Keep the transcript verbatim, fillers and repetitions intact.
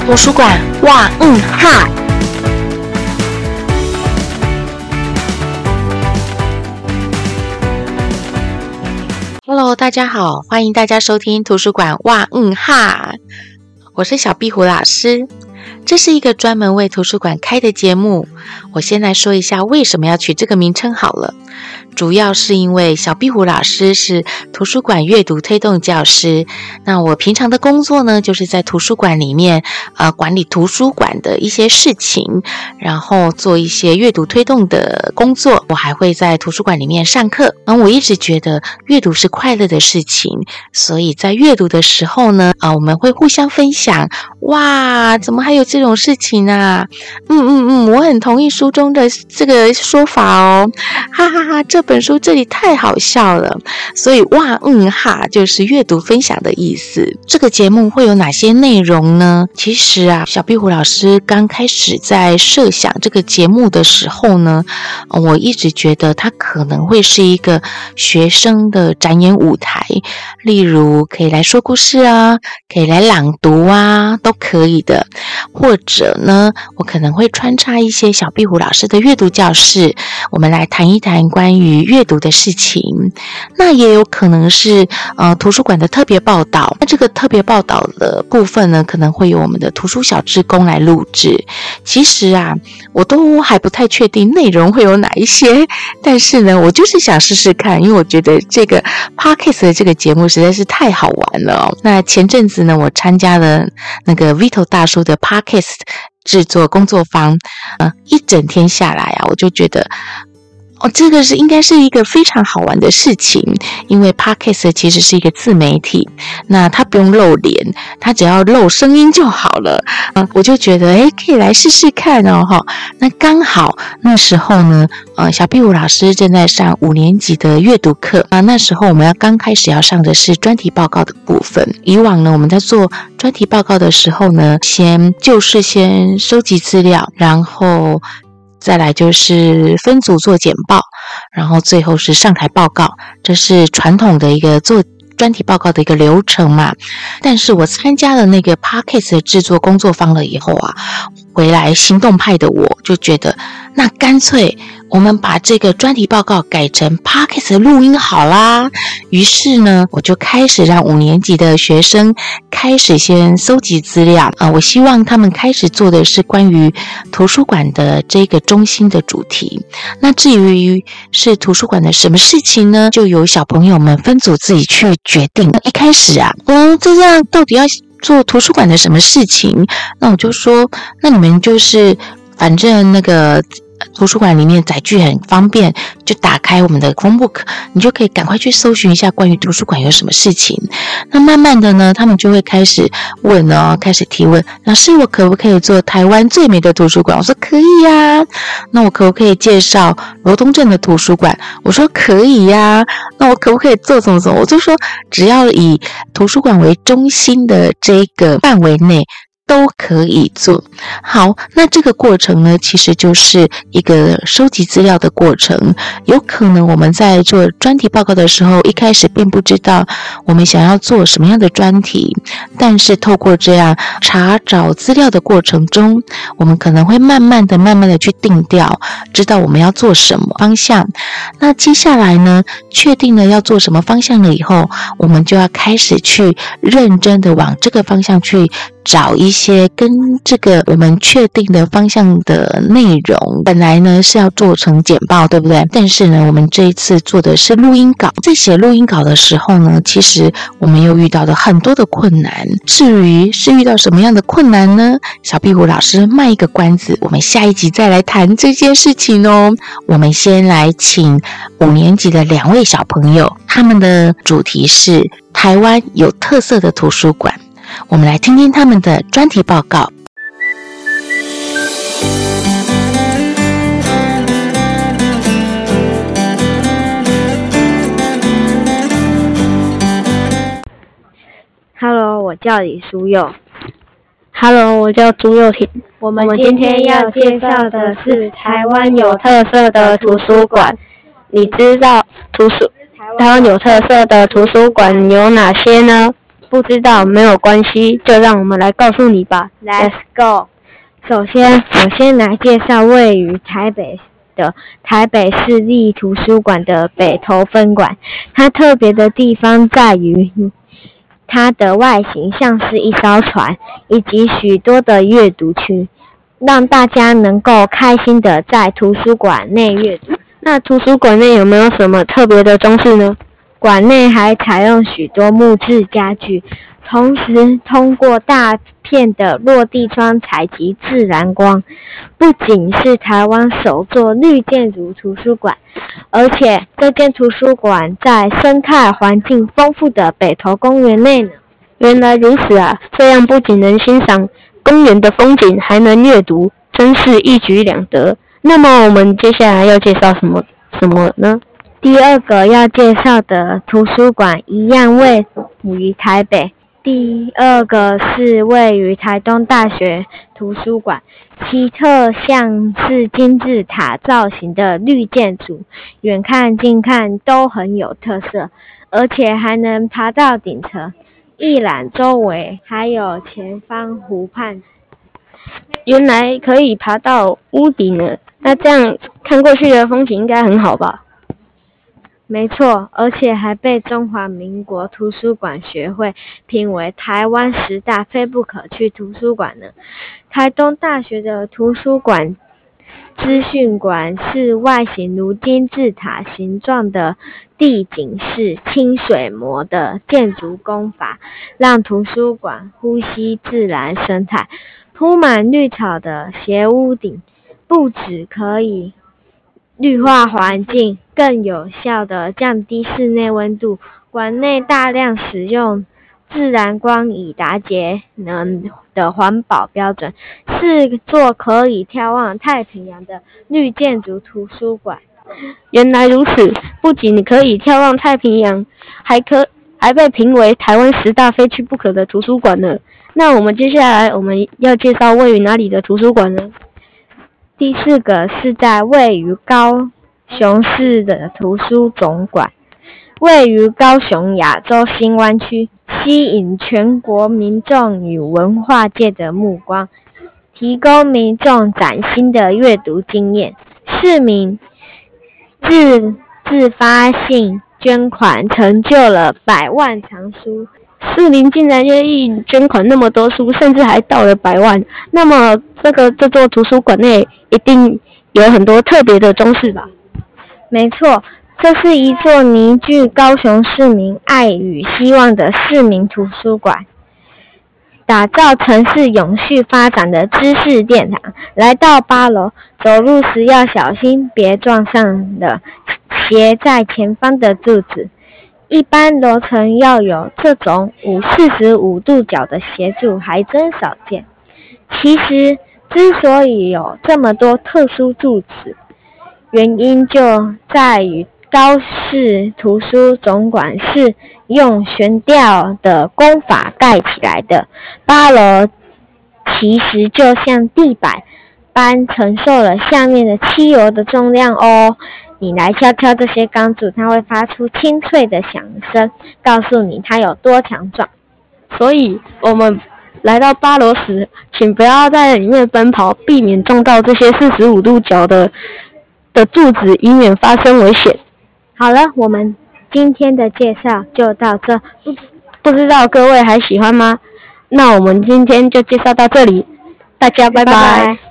图书馆哇嗯哈。Hello， 大家好，欢迎大家收听图书馆哇嗯哈，我是小壁虎老师。这是一个专门为图书馆开的节目，我先来说一下为什么要取这个名称好了。主要是因为小壁虎老师是图书馆阅读推动教师，那我平常的工作呢，就是在图书馆里面呃管理图书馆的一些事情，然后做一些阅读推动的工作。我还会在图书馆里面上课。然后我一直觉得阅读是快乐的事情，所以在阅读的时候呢，啊、呃，我们会互相分享。哇，怎么还有这种事情啊？嗯嗯嗯，我很同意书中的这个说法哦，哈哈哈，这本书这里太好笑了。所以哇嗯哈就是阅读分享的意思。这个节目会有哪些内容呢？其实啊，小壁虎老师刚开始在设想这个节目的时候呢，我一直觉得它可能会是一个学生的展演舞台，例如可以来说故事啊，可以来朗读啊，都可以的。或者呢，我可能会穿插一些小壁虎老师的阅读教室，我们来谈一谈关于阅读的事情。那也有可能是呃图书馆的特别报道，那这个特别报道的部分呢，可能会由我们的图书小志工来录制。其实啊，我都还不太确定内容会有哪一些，但是呢，我就是想试试看，因为我觉得这个 Podcast 的这个节目实在是太好玩了哦。那前阵子呢，我参加了那个 Vito 大叔的 Podcast 制作工作坊，呃，一整天下来啊，我就觉得哦，这个是应该是一个非常好玩的事情，因为 Podcast 其实是一个自媒体，那它不用露脸，它只要露声音就好了。呃、我就觉得诶可以来试试看哦哈。那刚好那时候呢，呃，小壁虎老师正在上五年级的阅读课啊，那时候我们要刚开始要上的是专题报告的部分。以往呢，我们在做专题报告的时候呢，先就是先收集资料，然后再来就是分组做简报，然后最后是上台报告，这是传统的一个做专题报告的一个流程嘛。但是我参加了那个 Podcast 的制作工作坊了以后啊，回来行动派的我就觉得，那干脆我们把这个专题报告改成 Podcast 的录音好啦。于是呢，我就开始让五年级的学生开始先搜集资料啊、呃，我希望他们开始做的是关于图书馆的这个中心的主题。那至于是图书馆的什么事情呢，就由小朋友们分组自己去决定。一开始啊，嗯，这样到底要做图书馆的什么事情？那我就说，那你们就是反正那个图书馆里面载具很方便，就打开我们的 Chromebook， 你就可以赶快去搜寻一下关于图书馆有什么事情。那慢慢的呢，他们就会开始问哦，开始提问，老师我可不可以做台湾最美的图书馆？我说可以呀、啊。那我可不可以介绍罗东镇的图书馆？我说可以呀、啊。那我可不可以做什么什么？我就说只要以图书馆为中心的这个范围内都可以做。好，那这个过程呢，其实就是一个收集资料的过程。有可能我们在做专题报告的时候，一开始并不知道我们想要做什么样的专题，但是透过这样查找资料的过程中，我们可能会慢慢的、慢慢的去定调，知道我们要做什么方向。那接下来呢，确定了要做什么方向了以后，我们就要开始去认真的往这个方向去找一些跟这个我们确定的方向的内容。本来呢是要做成简报，对不对？但是呢，我们这一次做的是录音稿。在写录音稿的时候呢，其实我们又遇到了很多的困难。至于是遇到什么样的困难呢？小壁虎老师卖一个关子，我们下一集再来谈这件事情哦。我们先来请五年级的两位小朋友，他们的主题是台湾有特色的图书馆。我们来听听他们的专题报告。 Hello， 我叫李书佑。 Hello， 我叫朱佑廷。 我们今天要介绍的是台湾有特色的图书馆。你知道图书台湾有特色的图书馆有哪些呢？ 不知道没有关系，就让我们来告诉你吧。Let's go。 首先，我先来介绍位于台北的台北市立图书馆的北投分馆。它特别的地方在于，它的外形像是一艘船，以及许多的阅读区，让大家能够开心的在图书馆内阅读。 那图书馆内有没有什么特别的装饰呢？ 馆内还采用许多木质家具，同时通过大片的落地窗采集自然光。不仅是台湾首座绿建筑图书馆，而且这间图书馆在生态环境丰富的北投公园内呢。 原来如此啊，这样不仅能欣赏公园的风景，还能阅读，真是一举两得。那么我们接下来要介绍什么什么呢？ 第二个要介绍的图书馆一样位于台北，第二个是位于台东大学图书馆，其特像是金字塔造型的绿建筑，远看近看都很有特色，而且还能爬到顶层，一览周围，还有前方湖畔。 原来可以爬到屋顶呢，那这样看过去的风景应该很好吧？ 没错，而且还被中华民国图书馆学会评为台湾十大非不可去图书馆呢。台东大学的图书馆资讯馆是外形如金字塔形状的地景式清水模的建筑工法，让图书馆呼吸自然生态。铺满绿草的斜屋顶，不只可以绿化环境，更有效地降低室内温度。馆内大量使用自然光以达节能的环保标准，是座可以眺望太平洋的绿建筑图书馆。 原来如此，不仅可以眺望太平洋，还可还被评为台湾十大非去不可的图书馆呢。那我们接下来我们要介绍位于哪里的图书馆呢？ 第四个是在位于高雄市的图书总馆，位于高雄亚洲新湾区，吸引全国民众与文化界的目光，提供民众崭新的阅读经验。市民自自发性捐款，成就了百万藏书。 市民竟然愿意捐款那么多书，甚至还到了百万，那么这个这座图书馆内一定有很多特别的装饰吧？ 没错，这是一座凝聚高雄市民爱与希望的市民图书馆，打造城市永续发展的知识殿堂。来到八楼，走路时要小心，别撞上了斜在前方的柱子。一般楼层要有这种五四十五度角的斜柱还真少见。其实之所以有这么多特殊柱子，原因就在于高市图书总馆是用悬吊的工法盖起来的，八楼其实就像地板般承受了下面的汽油的重量哦。你来敲敲这些钢柱，它会发出清脆的响声，告诉你它有多强壮。 所以我们来到八楼时，请不要在里面奔跑，避免撞到这些四十五度角的的柱子，以免发生危险。 好了，我们今天的介绍就到这， 不不知道各位还喜欢吗？那我们今天就介绍到这里，大家拜拜。 拜拜。